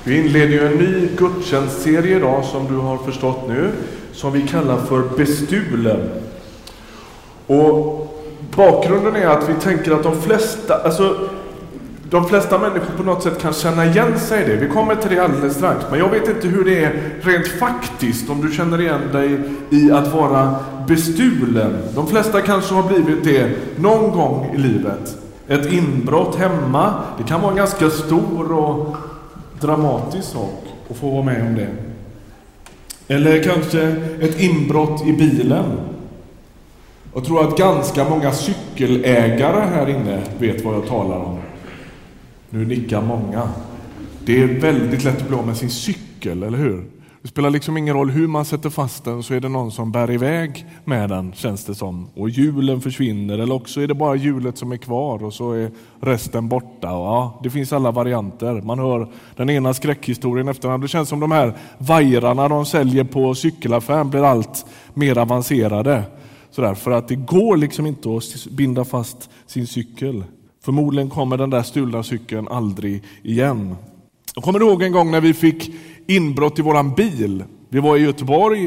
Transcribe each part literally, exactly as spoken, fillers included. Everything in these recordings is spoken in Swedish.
Vi inleder ju en ny gudstjänstserie idag som du har förstått nu, som vi kallar för Bestulen. Och bakgrunden är att vi tänker att de flesta, alltså de flesta människor på något sätt kan känna igen sig i det. Vi kommer till det alldeles strax, men jag vet inte hur det är rent faktiskt om du känner igen dig i att vara bestulen. De flesta kanske har blivit det någon gång i livet. Ett inbrott hemma, det kan vara en ganska stor och dramatisk sak att få vara med om det. Eller kanske ett inbrott i bilen. Jag tror att ganska många cykelägare här inne vet vad jag talar om. Nu nickar många. Det är väldigt lätt att bli av med sin cykel, eller hur? Det spelar liksom ingen roll hur man sätter fast den, så är det någon som bär iväg med den, känns det som. Och hjulen försvinner, eller också är det bara hjulet som är kvar och så är resten borta. Och ja, det finns alla varianter. Man hör den ena skräckhistorien efter den. Det känns som de här vajrarna de säljer på cykelaffären blir allt mer avancerade. Sådär, för att det går liksom inte att binda fast sin cykel. Förmodligen kommer den där stulna cykeln aldrig igen. Jag kommer ihåg en gång när vi fick inbrott i våran bil. Vi var i Göteborg,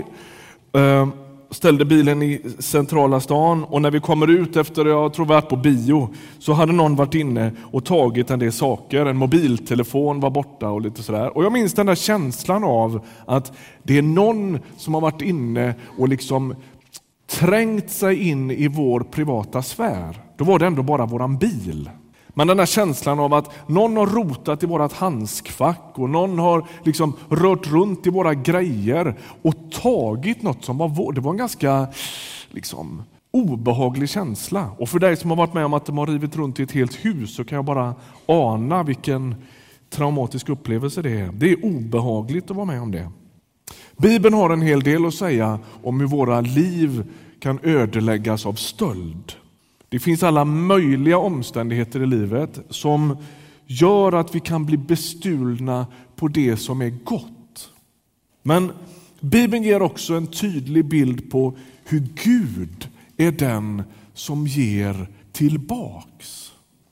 ställde bilen i centrala stan, och när vi kommer ut efter, jag tror vi varit på bio, så hade någon varit inne och tagit en del saker. En mobiltelefon var borta och lite sådär. Och jag minns den där känslan av att det är någon som har varit inne och liksom trängt sig in i vår privata sfär. Då var det ändå bara våran bil. Men den här känslan av att någon har rotat i vårat handskfack och någon har liksom rört runt i våra grejer och tagit något som var vår. Det var en ganska liksom obehaglig känsla. Och för dig som har varit med om att de har rivit runt i ett helt hus, så kan jag bara ana vilken traumatisk upplevelse det är. Det är obehagligt att vara med om det. Bibeln har en hel del att säga om hur våra liv kan ödeläggas av stöld. Det finns alla möjliga omständigheter i livet som gör att vi kan bli bestulna på det som är gott. Men Bibeln ger också en tydlig bild på hur Gud är den som ger tillbaks.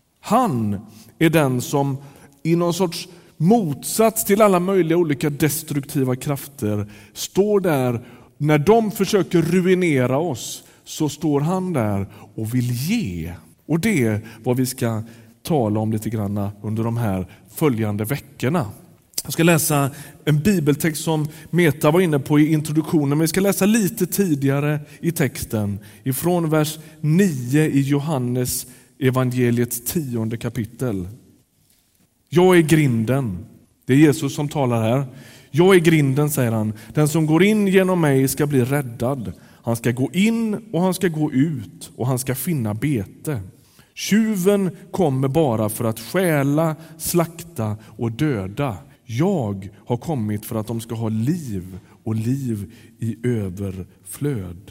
Han är den som i någon sorts motsats till alla möjliga olika destruktiva krafter står där. När de försöker ruinera oss, så står han där och vill ge. Och det är vad vi ska tala om lite grann under de här följande veckorna. Jag ska läsa en bibeltext som Meta var inne på i introduktionen, men vi ska läsa lite tidigare i texten, ifrån vers nio i Johannes evangeliets tionde kapitel. Jag är grinden. Det är Jesus som talar här. Jag är grinden, säger han. Den som går in genom mig ska bli räddad. Han ska gå in och han ska gå ut, och han ska finna bete. Tjuven kommer bara för att stjäla, slakta och döda. Jag har kommit för att de ska ha liv, och liv i överflöd.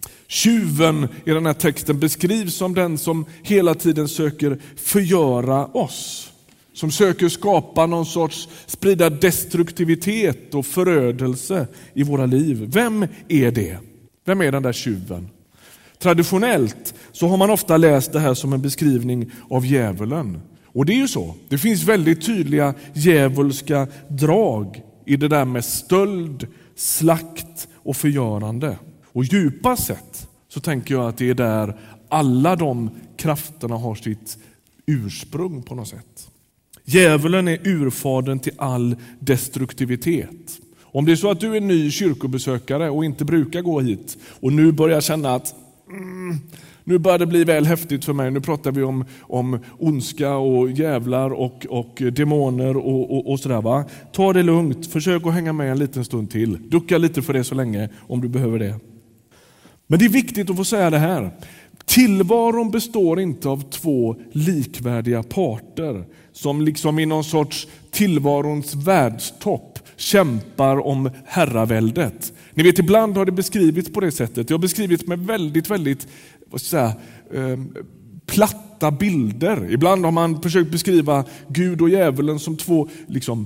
Tjuven i den här texten beskrivs som den som hela tiden söker förgöra oss. Som söker skapa någon sorts sprida destruktivitet och förödelse i våra liv. Vem är det? Vem är den där tjuven? Traditionellt så har man ofta läst det här som en beskrivning av djävulen. Och det är ju så. Det finns väldigt tydliga djävulska drag i det där med stöld, slakt och förgörande. Och djupast sett så tänker jag att det är där alla de krafterna har sitt ursprung på något sätt. Djävulen är urfadern till all destruktivitet. Om det är så att du är ny kyrkobesökare och inte brukar gå hit och nu börjar känna att mm, nu börjar det bli väl häftigt för mig. Nu pratar vi om, om ondska och jävlar och, och demoner och, och, och sådär, va? Ta det lugnt, försök att hänga med en liten stund till. Ducka lite för det så länge om du behöver det. Men det är viktigt att få säga det här. Tillvaron består inte av två likvärdiga parter som liksom i någon sorts tillvarons världstopp kämpar om herraväldet. Ni vet, ibland har det beskrivits på det sättet. Det har beskrivits med väldigt, väldigt vad ska jag säga, eh, platta bilder. Ibland har man försökt beskriva Gud och djävulen som två liksom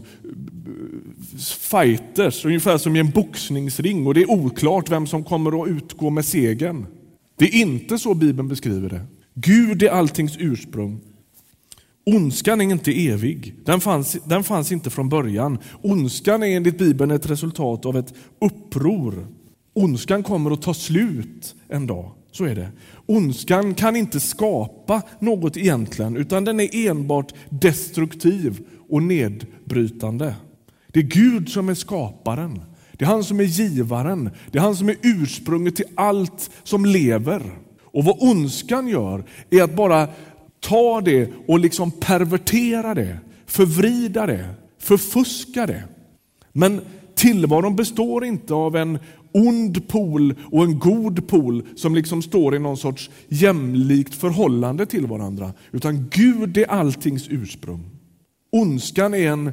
fighters, ungefär som i en boxningsring, och det är oklart vem som kommer att utgå med segern. Det är inte så Bibeln beskriver det. Gud är alltings ursprung. Ondskan är inte evig. Den fanns, den fanns inte från början. Ondskan är enligt Bibeln ett resultat av ett uppror. Ondskan kommer att ta slut en dag. Så är det. Ondskan kan inte skapa något egentligen, utan den är enbart destruktiv och nedbrytande. Det är Gud som är skaparen. Det är han som är givaren. Det är han som är ursprunget till allt som lever. Och vad ondskan gör är att bara ta det och liksom pervertera det, förvrida det, förfuska det. Men tillvaron består inte av en ond pol och en god pol som liksom står i någon sorts jämlikt förhållande till varandra. Utan Gud är alltings ursprung. Ondskan är en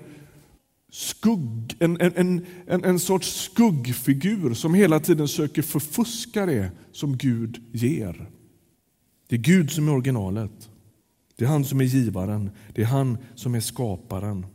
skugg, en, en, en, en sorts skuggfigur som hela tiden söker förfuska det som Gud ger. Det är Gud som är originalet. Det är han som är givaren. Det är han som är skaparen.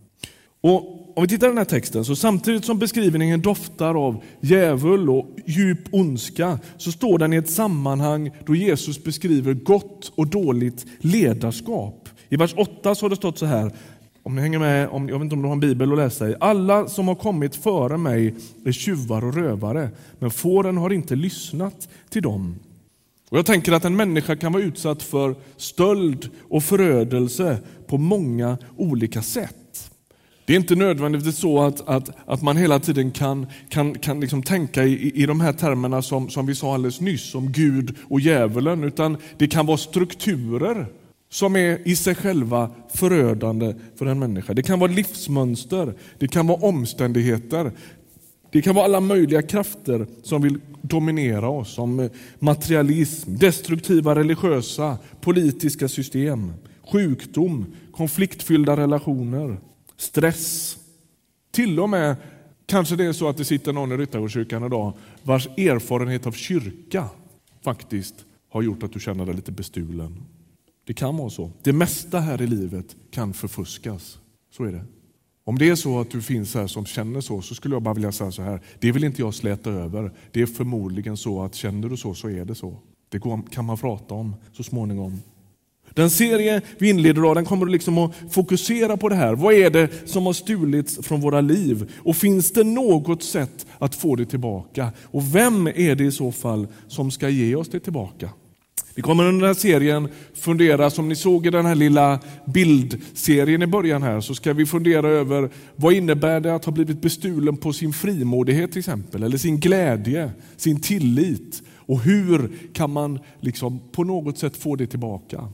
Och om vi tittar på den här texten, så samtidigt som beskrivningen doftar av djävul och djup ondska, så står den i ett sammanhang då Jesus beskriver gott och dåligt ledarskap. I vers åtta så har det stått så här, om ni hänger med, om, jag vet inte om du har en bibel att läsa i. Alla som har kommit före mig är tjuvar och rövare, men fåren har inte lyssnat till dem. Och jag tänker att en människa kan vara utsatt för stöld och förödelse på många olika sätt. Det är inte nödvändigtvis så att, att, att man hela tiden kan, kan, kan liksom tänka i, i de här termerna som, som vi sa alldeles nyss, om Gud och djävulen, utan det kan vara strukturer som är i sig själva förödande för en människa. Det kan vara livsmönster, det kan vara omständigheter, det kan vara alla möjliga krafter som vill dominera oss, som materialism, destruktiva religiösa, politiska system, sjukdom, konfliktfyllda relationer, stress. Till och med kanske det är så att det sitter någon i Ryttargårdskyrkan idag vars erfarenhet av kyrka faktiskt har gjort att du känner dig lite bestulen. Det kan vara så. Det mesta här i livet kan förfuskas. Så är det. Om det är så att du finns här som känner så, så skulle jag bara vilja säga så här. Det vill inte jag släta över. Det är förmodligen så att känner du så, så är det så. Det kan man prata om så småningom. Den serie vi inleder då, den kommer liksom att fokusera på det här. Vad är det som har stulits från våra liv? Och finns det något sätt att få det tillbaka? Och vem är det i så fall som ska ge oss det tillbaka? Vi kommer under den här serien fundera, som ni såg i den här lilla bildserien i början här, så ska vi fundera över vad innebär det att ha blivit bestulen på sin frimodighet till exempel, eller sin glädje, sin tillit, och hur kan man liksom på något sätt få det tillbaka?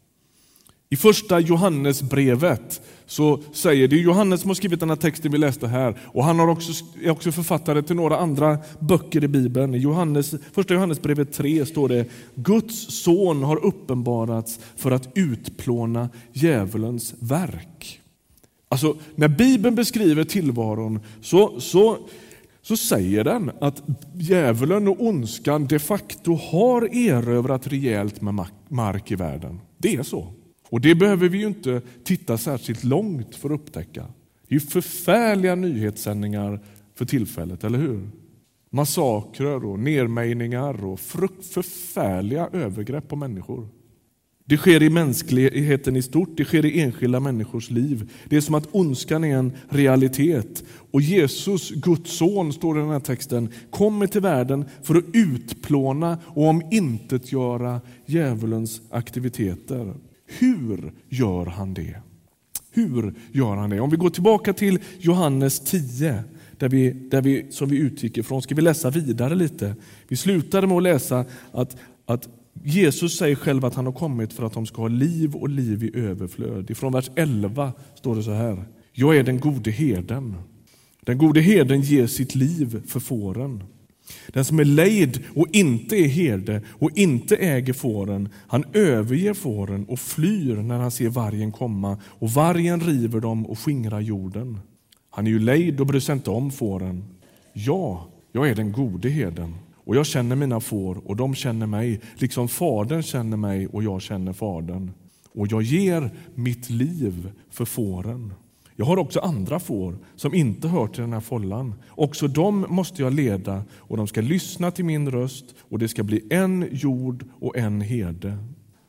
I första Johannesbrevet så säger det, Johannes som har skrivit den här texten vi läste här, och han har också, är också författare till några andra böcker i Bibeln. I Johannes, första Johannesbrevet tre står det, Guds son har uppenbarats för att utplåna djävulens verk. Alltså när Bibeln beskriver tillvaron så, så, så säger den att djävulen och ondskan de facto har erövrat rejält med mark i världen. Det är så. Och det behöver vi ju inte titta särskilt långt för att upptäcka. Det är ju förfärliga nyhetssändningar för tillfället, eller hur? Massakrer och nermejningar och förfärliga övergrepp på människor. Det sker i mänskligheten i stort, det sker i enskilda människors liv. Det är som att ondskan är en realitet. Och Jesus, Guds son, står i den här texten, kommer till världen för att utplåna och omintetgöra djävulens aktiviteter. Hur gör han det? Hur gör han det? Om vi går tillbaka till Johannes tio, där vi, där vi, som vi utgick ifrån, ska vi läsa vidare lite. Vi slutade med att läsa att, att Jesus säger själv att han har kommit för att de ska ha liv och liv i överflöd. Ifrån vers elva står det så här. Jag är den gode herden. Den gode herden ger sitt liv för fåren. Den som är lejd och inte är herde och inte äger fåren, han överger fåren och flyr när han ser vargen komma, och vargen river dem och skingrar jorden. Han är ju lejd och bryr sig inte om fåren. Ja, jag är den gode herden, och jag känner mina får och de känner mig, liksom fadern känner mig och jag känner fadern. Och jag ger mitt liv för fåren. Jag har också andra får som inte hör till den här follan. Också de måste jag leda, och de ska lyssna till min röst, och det ska bli en jord och en herde.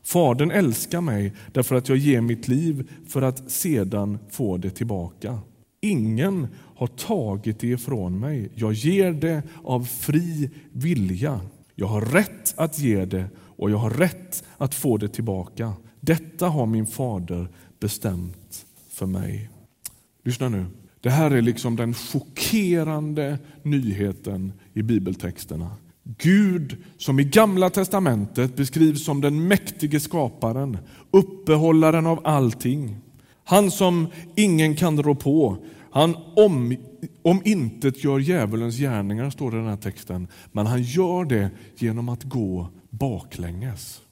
Fadern älskar mig därför att jag ger mitt liv för att sedan få det tillbaka. Ingen har tagit det ifrån mig. Jag ger det av fri vilja. Jag har rätt att ge det och jag har rätt att få det tillbaka. Detta har min fader bestämt för mig. Lyssna nu. Det här är liksom den chockerande nyheten i bibeltexterna. Gud som i Gamla testamentet beskrivs som den mäktige skaparen, uppehållaren av allting. Han som ingen kan rå på. Han om, om intet gör djävulens gärningar, står det i den här texten. Men han gör det genom att gå baklänges.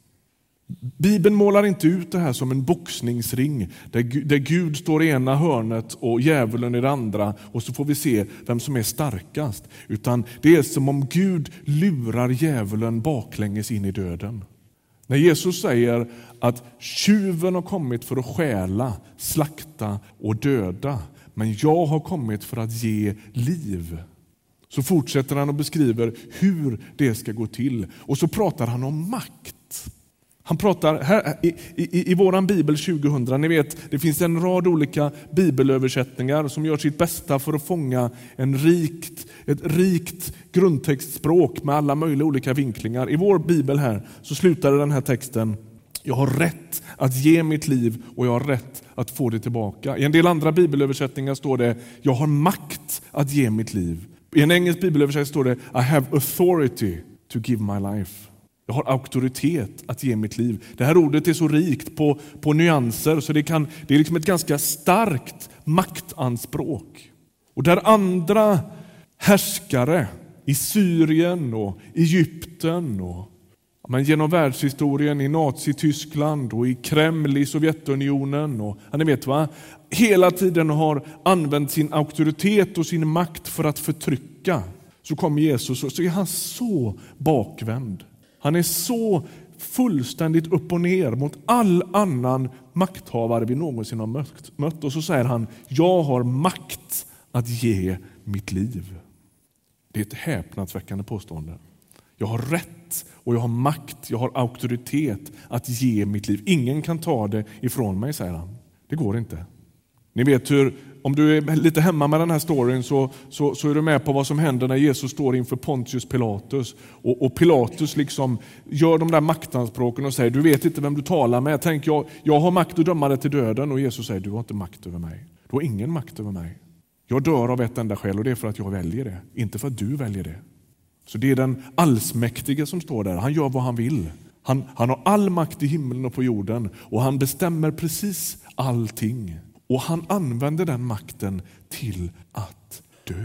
Bibeln målar inte ut det här som en boxningsring där, där Gud står i ena hörnet och djävulen i det andra och så får vi se vem som är starkast. Utan det är som om Gud lurar djävulen baklänges in i döden. När Jesus säger att tjuven har kommit för att stjäla, slakta och döda, men jag har kommit för att ge liv. Så fortsätter han och beskriver hur det ska gå till. Och så pratar han om makt. Han pratar här i, i, i våran bibel tjugohundra, ni vet, det finns en rad olika bibelöversättningar som gör sitt bästa för att fånga en rikt, ett rikt grundtextspråk med alla möjliga olika vinklingar. I vår bibel här så slutar den här texten: jag har rätt att ge mitt liv och jag har rätt att få det tillbaka. I en del andra bibelöversättningar står det: jag har makt att ge mitt liv. I en engelsk bibelöversättning står det: I have authority to give my life. Jag har auktoritet att ge mitt liv. Det här ordet är så rikt på, på nyanser så det, kan, det är liksom ett ganska starkt maktanspråk. Och där andra härskare i Syrien och Egypten och men genom världshistorien i Nazityskland och i Kreml i Sovjetunionen och ja, ni vet va, hela tiden har använt sin auktoritet och sin makt för att förtrycka, så kommer Jesus och så är han så bakvänd. Han är så fullständigt upp och ner mot all annan makthavare vi någonsin har mött. Och så säger han: jag har makt att ge mitt liv. Det är ett häpnadsväckande påstående. Jag har rätt och jag har makt, jag har auktoritet att ge mitt liv. Ingen kan ta det ifrån mig, säger han. Det går inte. Ni vet hur, om du är lite hemma med den här storyn så, så, så är du med på vad som händer när Jesus står inför Pontius Pilatus. Och, och Pilatus liksom gör de där maktanspråken och säger: du vet inte vem du talar med. Tänk, jag, jag har makt att döma dig till döden. Och Jesus säger: du har inte makt över mig. Du har ingen makt över mig. Jag dör av ett enda skäl och det är för att jag väljer det. Inte för att du väljer det. Så det är den allsmäktige som står där. Han gör vad han vill. Han, han har all makt i himlen och på jorden. Och han bestämmer precis allting. Och han använder den makten till att dö.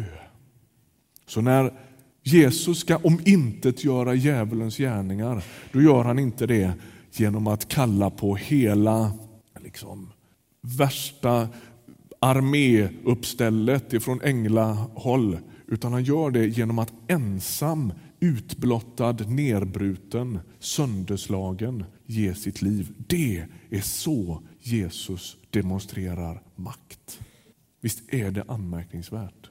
Så när Jesus ska omintetgöra djävulens gärningar, då gör han inte det genom att kalla på hela liksom, värsta arméuppstället ifrån änglahåll. Utan han gör det genom att ensam, utblottad, nerbruten, sönderslagen ge sitt liv. Det är så Jesus demonstrerar makt. Visst är det anmärkningsvärt?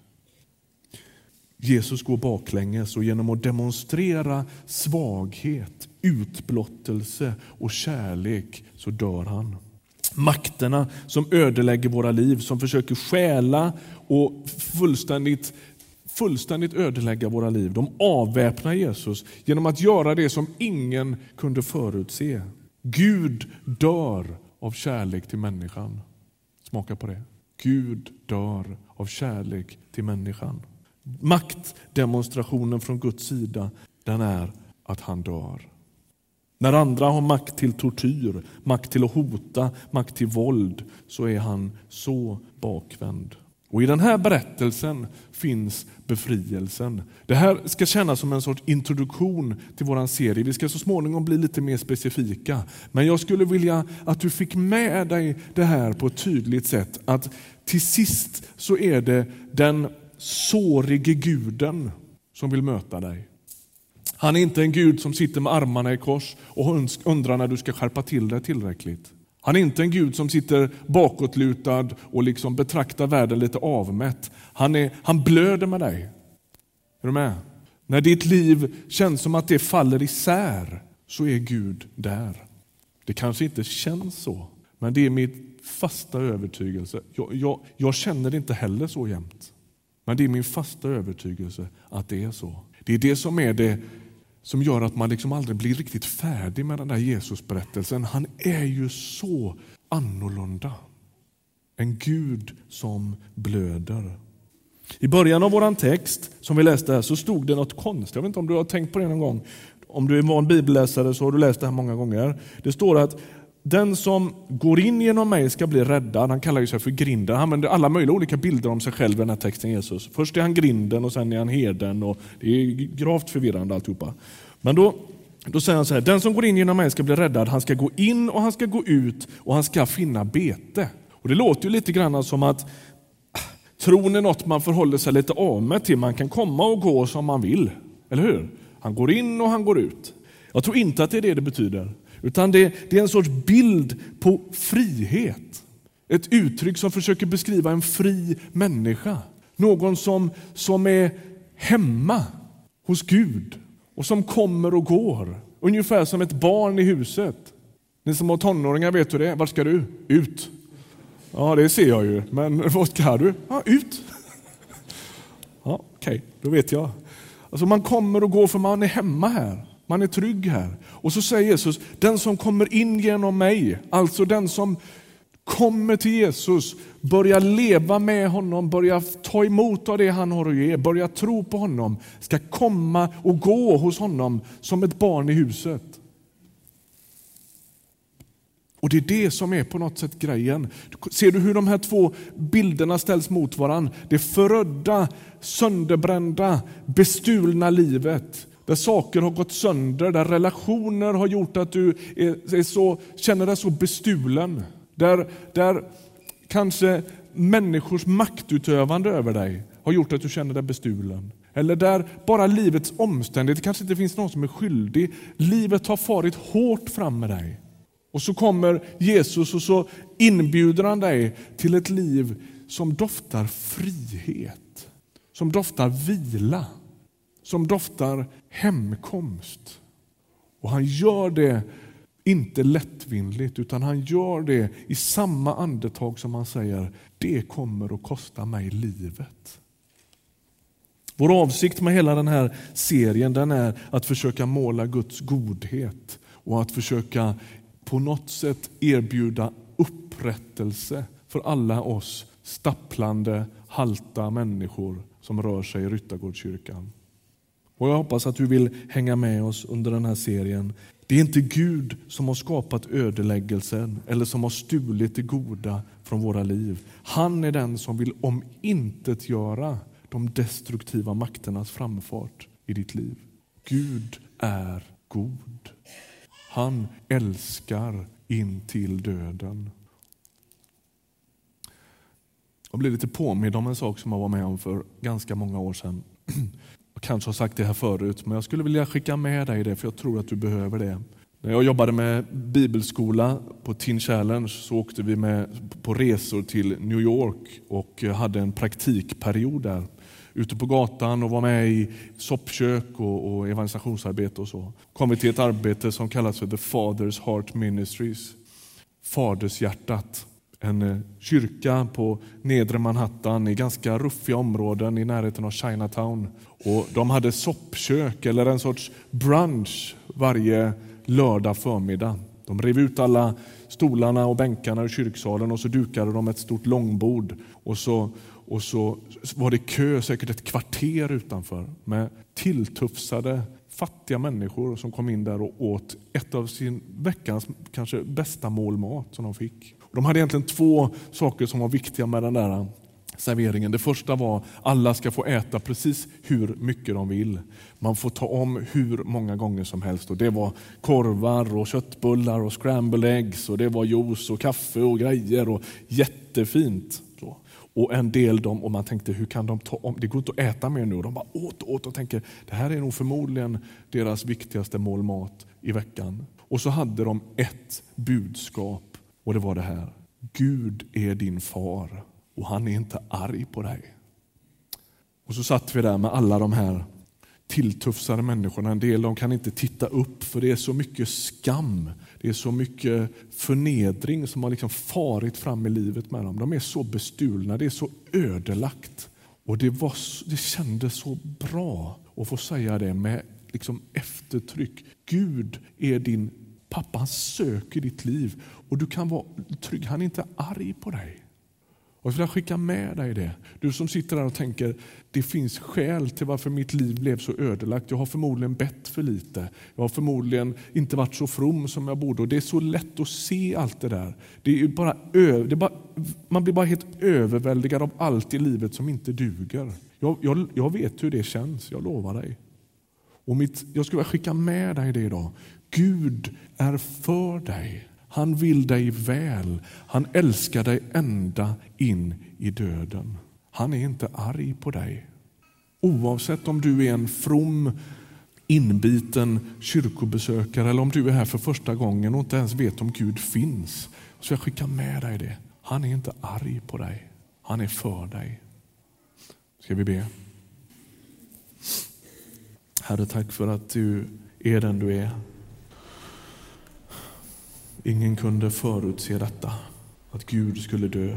Jesus går baklänges och genom att demonstrera svaghet, utblottelse och kärlek så dör han. Makterna som ödelägger våra liv, som försöker stjäla och fullständigt fullständigt ödelägga våra liv, de avväpnar Jesus genom att göra det som ingen kunde förutse. Gud dör av kärlek till människan. Smaka på det. Gud dör av kärlek till människan. Maktdemonstrationen från Guds sida, den är att han dör. När andra har makt till tortyr, makt till att hota, makt till våld, så är han så bakvänd. Och i den här berättelsen finns befrielsen. Det här ska kännas som en sorts introduktion till våran serie. Vi ska så småningom bli lite mer specifika. Men jag skulle vilja att du fick med dig det här på ett tydligt sätt. Att till sist så är det den sårige guden som vill möta dig. Han är inte en Gud som sitter med armarna i kors och undrar när du ska skärpa till dig tillräckligt. Han är inte en Gud som sitter bakåtlutad och liksom betraktar världen lite avmätt. Han, är, han blöder med dig. Är du med? När ditt liv känns som att det faller isär så är Gud där. Det kanske inte känns så, men det är min fasta övertygelse. Jag, jag, jag känner det inte heller så jämt. Men det är min fasta övertygelse att det är så. Det är det som är det som gör att man liksom aldrig blir riktigt färdig med den där Jesusberättelsen. Han är ju så annorlunda. En Gud som blöder. I början av våran text som vi läste här så stod det något konstigt. Jag vet inte om du har tänkt på det någon gång. Om du är van bibelläsare så har du läst det här många gånger. Det står att den som går in genom mig ska bli räddad. Han kallar ju sig för grinden. Han använder alla möjliga olika bilder om sig själv i den här texten Jesus. Först är han grinden och sen är han herden. Och det är gravt förvirrande alltihopa. Men då, då säger han så här. Den som går in genom mig ska bli räddad. Han ska gå in och han ska gå ut och han ska finna bete. Och det låter ju lite grann som att tron är något man förhåller sig lite av med till. Man kan komma och gå som man vill. Eller hur? Han går in och han går ut. Jag tror inte att det är det det betyder. Utan det, det är en sorts bild på frihet. Ett uttryck som försöker beskriva en fri människa. Någon som, som är hemma hos Gud. Och som kommer och går. Ungefär som ett barn i huset. Ni som har tonåringar vet hur det är. Var ska du? Ut. Ja, det ser jag ju. Men vad ska du? Ja, ut. Ja, okej. Okay. Då vet jag. Alltså man kommer och går för man är hemma här. Man är trygg här. Och så säger Jesus, den som kommer in genom mig, alltså den som kommer till Jesus, börjar leva med honom, börjar ta emot av det han har att ge, börjar tro på honom, ska komma och gå hos honom som ett barn i huset. Och det är det som är på något sätt grejen. Ser du hur de här två bilderna ställs mot varann? Det förödda, sönderbrända, bestulna livet. Där saker har gått sönder, där relationer har gjort att du är, är så, känner dig så bestulen. Där, där kanske människors maktutövande över dig har gjort att du känner dig bestulen. Eller där bara livets omständigheter, kanske inte finns någon som är skyldig. Livet har farit hårt fram med dig. Och så kommer Jesus och så inbjuder han dig till ett liv som doftar frihet. Som doftar vila. Som doftar hemkomst. Och han gör det inte lättvindigt utan han gör det i samma andetag som han säger det kommer att kosta mig livet. Vår avsikt med hela den här serien den är att försöka måla Guds godhet och att försöka på något sätt erbjuda upprättelse för alla oss stapplande, halta människor som rör sig i Ryttargårdskyrkan. Och jag hoppas att du vill hänga med oss under den här serien. Det är inte Gud som har skapat ödeläggelsen eller som har stulit det goda från våra liv. Han är den som vill omintetgöra de destruktiva makternas framfart i ditt liv. Gud är god. Han älskar in till döden. Jag blev lite påmind om en sak som jag var med om för ganska många år sedan. Jag kanske har sagt det här förut, men jag skulle vilja skicka med dig det för jag tror att du behöver det. När jag jobbade med bibelskola på Teen Challenge så åkte vi med på resor till New York och hade en praktikperiod där. Ute på gatan och var med i soppkök och, och evangelisationsarbete och så. Kom vi till ett arbete som kallas för The Father's Heart Ministries. Fadershjärtat. En kyrka på nedre Manhattan i ganska ruffiga områden i närheten av Chinatown. Och de hade soppkök eller en sorts brunch varje lördag förmiddag. De rev ut alla stolarna och bänkarna i kyrksalen och så dukade de ett stort långbord. Och så, och så var det kö säkert ett kvarter utanför med tilltufsade fattiga människor som kom in där och åt ett av sin veckans kanske bästa mål mat som de fick. De hade egentligen två saker som var viktiga med den där serveringen. Det första var att alla ska få äta precis hur mycket de vill. Man får ta om hur många gånger som helst. Och det var korvar och köttbullar och scrambled eggs. Och det var juice och kaffe och grejer. Och jättefint. Så. Och en del de, och man tänkte hur kan de ta om, det går inte att äta mer nu. Och de bara åt och åt och tänker det här är nog förmodligen deras viktigaste mål mat i veckan. Och så hade de ett budskap. Och det var det här. Gud är din far. Och han är inte arg på dig. Och så satt vi där med alla de här tilltufsade människorna. En del de kan inte titta upp för det är så mycket skam. Det är så mycket förnedring som har liksom farit fram i livet med dem. De är så bestulna, det är så ödelagt. Och det, var, det kändes så bra att få säga det med liksom eftertryck. Gud är din pappa, han söker ditt liv. Och du kan vara trygg, han är inte arg på dig. Och jag vill skicka med dig det. Du som sitter där och tänker, det finns skäl till varför mitt liv blev så ödelagt. Jag har förmodligen bett för lite. Jag har förmodligen inte varit så from som jag borde. Och det är så lätt att se allt det där. Det är bara, det är bara, man blir bara helt överväldigad av allt i livet som inte duger. Jag, jag, jag vet hur det känns, jag lovar dig. Och mitt, jag skulle vilja skicka med dig det idag. Gud är för dig. Han vill dig väl. Han älskar dig ända in i döden. Han är inte arg på dig. Oavsett om du är en from, inbiten kyrkobesökare eller om du är här för första gången och inte ens vet om Gud finns. Så jag skickar med dig det. Han är inte arg på dig. Han är för dig. Ska vi be? Herre, tack för att du är den du är. Ingen kunde förutse detta, att Gud skulle dö.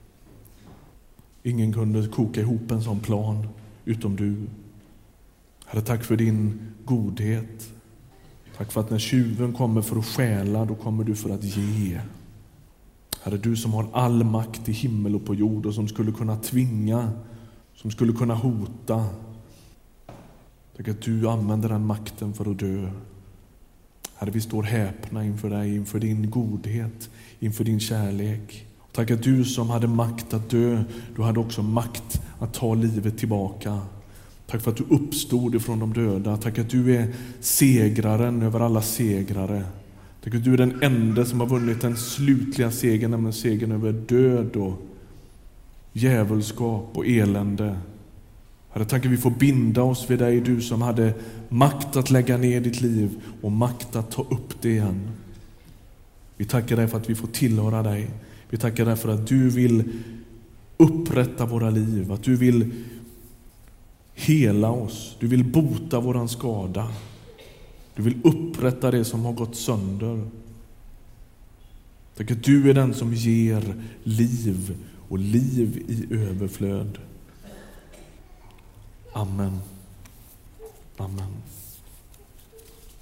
Ingen kunde koka ihop en sån plan utom du. Herre, tack för din godhet. Tack för att när tjuven kommer för att stjäla, då kommer du för att ge. Herre, du som har all makt i himmel och på jord och som skulle kunna tvinga, som skulle kunna hota. Tack att du använder den makten för att dö. Herre, vi står häpna inför dig, inför din godhet, inför din kärlek. Tack att du som hade makt att dö, du hade också makt att ta livet tillbaka. Tack för att du uppstod ifrån de döda. Tack att du är segraren över alla segrare. Tack att du är den enda som har vunnit den slutliga segern, nämligen segern över död och djävulskap och elände. Herre, tack att vi får binda oss vid dig, du som hade makt att lägga ner ditt liv och makt att ta upp det igen. Vi tackar dig för att vi får tillhöra dig. Vi tackar dig för att du vill upprätta våra liv, att du vill hela oss, du vill bota våran skada. Du vill upprätta det som har gått sönder. Tack att du är den som ger liv och liv i överflöd. Amen. Amen.